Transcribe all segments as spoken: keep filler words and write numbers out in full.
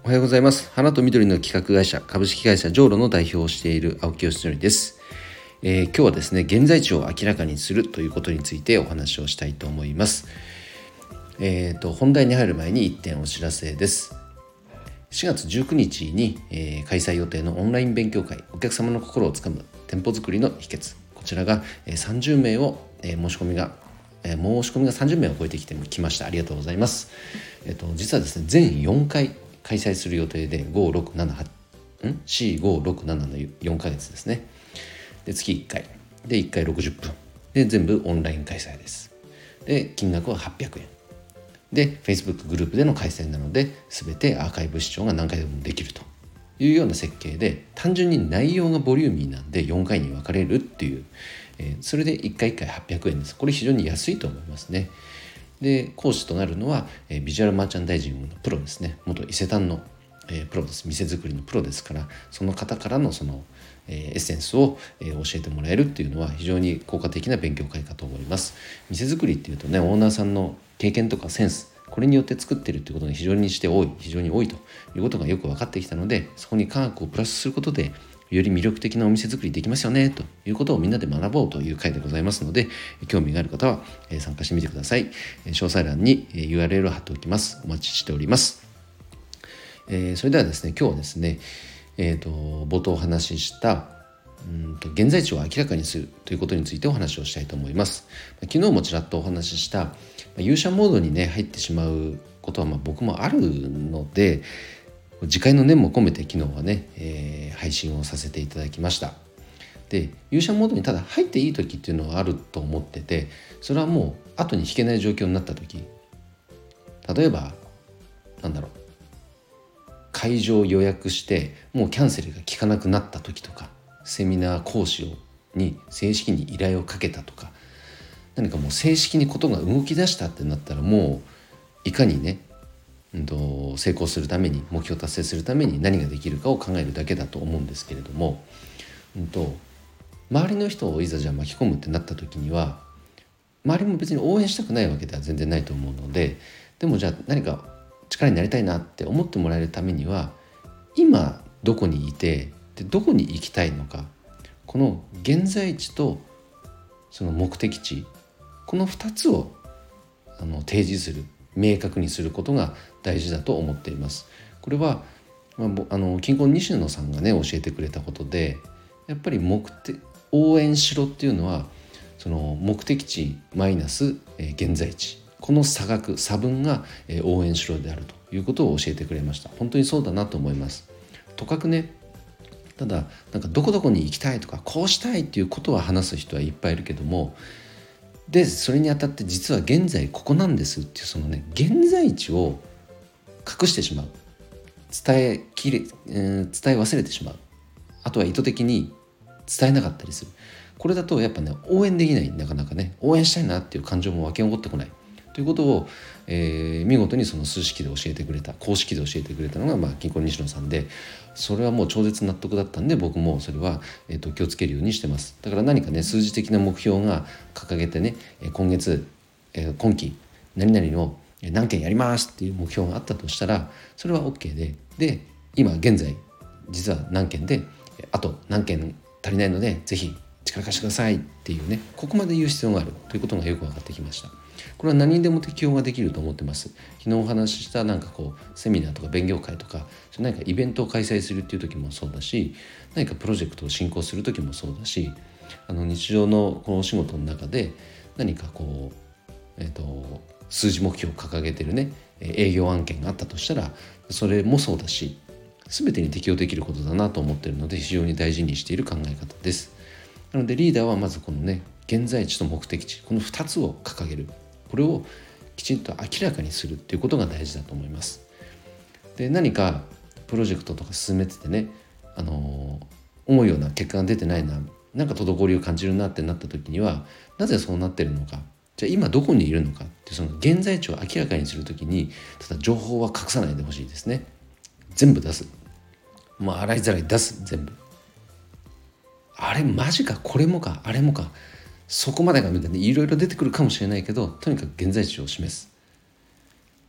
おはようございます。花と緑の企画会社株式会社ジョーロの代表をしている青木義則です。えー、今日はですね、現在地を明らかにするということについてお話をしたいと思います。えーと本題に入る前にいってんお知らせです。しがつじゅうくにちに、えー、開催予定のオンライン勉強会、お客様の心をつかむ店舗作りの秘訣、こちらが、えー、さんじゅうめいを、えー、申し込みが、えー、申し込みがさんじゅうめいを超えてきてきました。ありがとうございます。えーと実はですね、全よんかい開催する予定でご、ろく、なな、はち、よん、ご、ろく、ななのよんかげつですね。で月いっかいでいっかいろくじゅっぷんで全部オンライン開催です。で金額ははっぴゃくえんで Facebook グループでの開催なので、全てアーカイブ視聴が何回でもできるというような設計で、単純に内容がボリューミーなんでよんかいに分かれるっていう、えー、それでいっかいいっかいはっぴゃくえんです。これ非常に安いと思いますね。で講師となるのは、えー、ビジュアルマーチャンダイジングのプロですね。元伊勢丹の、えー、プロです。店作りのプロですから、その方からのその、えー、エッセンスを、えー、教えてもらえるっていうのは非常に効果的な勉強会かと思います。店作りっていうとね、オーナーさんの経験とかセンス、これによって作っているっていうことが非常にして多い非常に多いということがよく分かってきたので、そこに科学をプラスすることでより魅力的なお店作りできますよねということをみんなで学ぼうという会でございますので、興味がある方は参加してみてください。詳細欄に ユーアールエル を貼っておきます。お待ちしております。えー、それではですね、今日はですね、えーと冒頭お話ししたうんと現在地を明らかにするということについてお話をしたいと思います。昨日もちらっとお話しした勇者モードにね入ってしまうことはまあ僕もあるので、自戒の念も込めて昨日はね、えー、配信をさせていただきました。で勇者モードにただ入っていい時っていうのはあると思ってて、それはもう後に引けない状況になった時、例えばなんだろう会場を予約してもうキャンセルが効かなくなった時とか、セミナー講師をに正式に依頼をかけたとか、何かもう正式にことが動き出したってなったら、もういかにね、うん、と成功するために、目標達成するために何ができるかを考えるだけだと思うんですけれども、うん、と周りの人をいざじゃあ巻き込むってなった時には、周りも別に応援したくないわけでは全然ないと思うので、でもじゃあ何か力になりたいなって思ってもらえるためには、今どこにいてでどこに行きたいのか、この現在地とその目的地、このふたつをあの提示する、明確にすることが大事だと思っています。これは、まあ、あの金婚西野さんがね教えてくれたことで、やっぱり目的応援しろっていうのは、その目的地マイナス、えー、現在地、この差額差分が、えー、応援しろであるということを教えてくれました。本当にそうだなと思います。とかくね、ただなんかどこどこに行きたいとかこうしたいっていうことは話す人はいっぱいいるけども、でそれにあたって実は現在ここなんですっていう、そのね現在地を隠してしまう、伝えきれ、えー、伝え忘れてしまう、あとは意図的に伝えなかったりする。これだとやっぱね応援できない、なかなかね応援したいなっていう感情も湧き起こってこないということを、えー、見事にその数式で教えてくれた、公式で教えてくれたのが、まあ、金婚西野さんで、それはもう超絶納得だったんで、僕もそれは、えーと、気をつけるようにしてます。だから何かね数字的な目標が掲げてね、今月、えー、今期何々の何件やりますっていう目標があったとしたら、それは OK で、で今現在実は何件で、あと何件足りないのでぜひ力貸してくださいっていうね、ここまで言う必要があるということがよく分かってきました。これは何にでも適用ができると思ってます。昨日お話ししたなんかこうセミナーとか勉強会とか、何かイベントを開催するっていう時もそうだし、何かプロジェクトを進行する時もそうだし、あの日常のこのお仕事の中で何かこう、えーと、数字目標を掲げてるね営業案件があったとしたら、それもそうだし、全てに適用できることだなと思っているので、非常に大事にしている考え方です。なのでリーダーはまずこのね現在地と目的地、このふたつを掲げる、これをきちんと明らかにするっていうことが大事だと思います。で何かプロジェクトとか進めててね、あの思うような結果が出てないな、なんか滞りを感じるなってなった時には、なぜそうなってるのか、じゃあ今どこにいるのかって、その現在地を明らかにする時に、ただ情報は隠さないでほしいですね。全部出す、まあ洗いざらい出す、全部。あれマジか、これもか、あれもか、そこまでがみたいにいろいろ出てくるかもしれないけど、とにかく現在地を示す。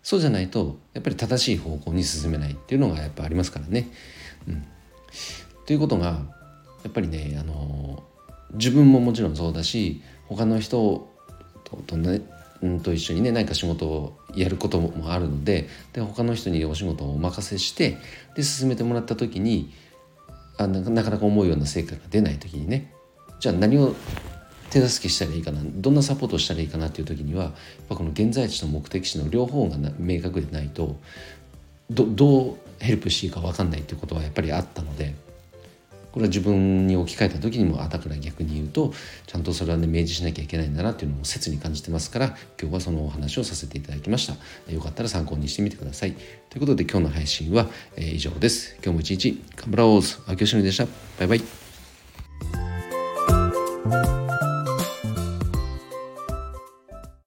そうじゃないとやっぱり正しい方向に進めないっていうのがやっぱありますからね。うん、ということがやっぱりね、あの自分ももちろんそうだし、他の人ととねうんと一緒にね何か仕事をやることもあるので、で他の人にお仕事をお任せしてで進めてもらった時にあなかなか思うような成果が出ない時にね、じゃあ何を手助けしたらいいかな、どんなサポートをしたらいいかなっていう時にはやっぱこの現在地と目的地の両方が明確でないと ど, どうヘルプしていいか分かんないっていうことはやっぱりあったので、これは自分に置き換えた時にもあだから逆に言うとちゃんとそれはね明示しなきゃいけないんだなっていうのも切に感じてますから、今日はそのお話をさせていただきました。よかったら参考にしてみてください。ということで今日の配信は以上です。今日も一日頑張ろう。秋吉典でした。バイバイ。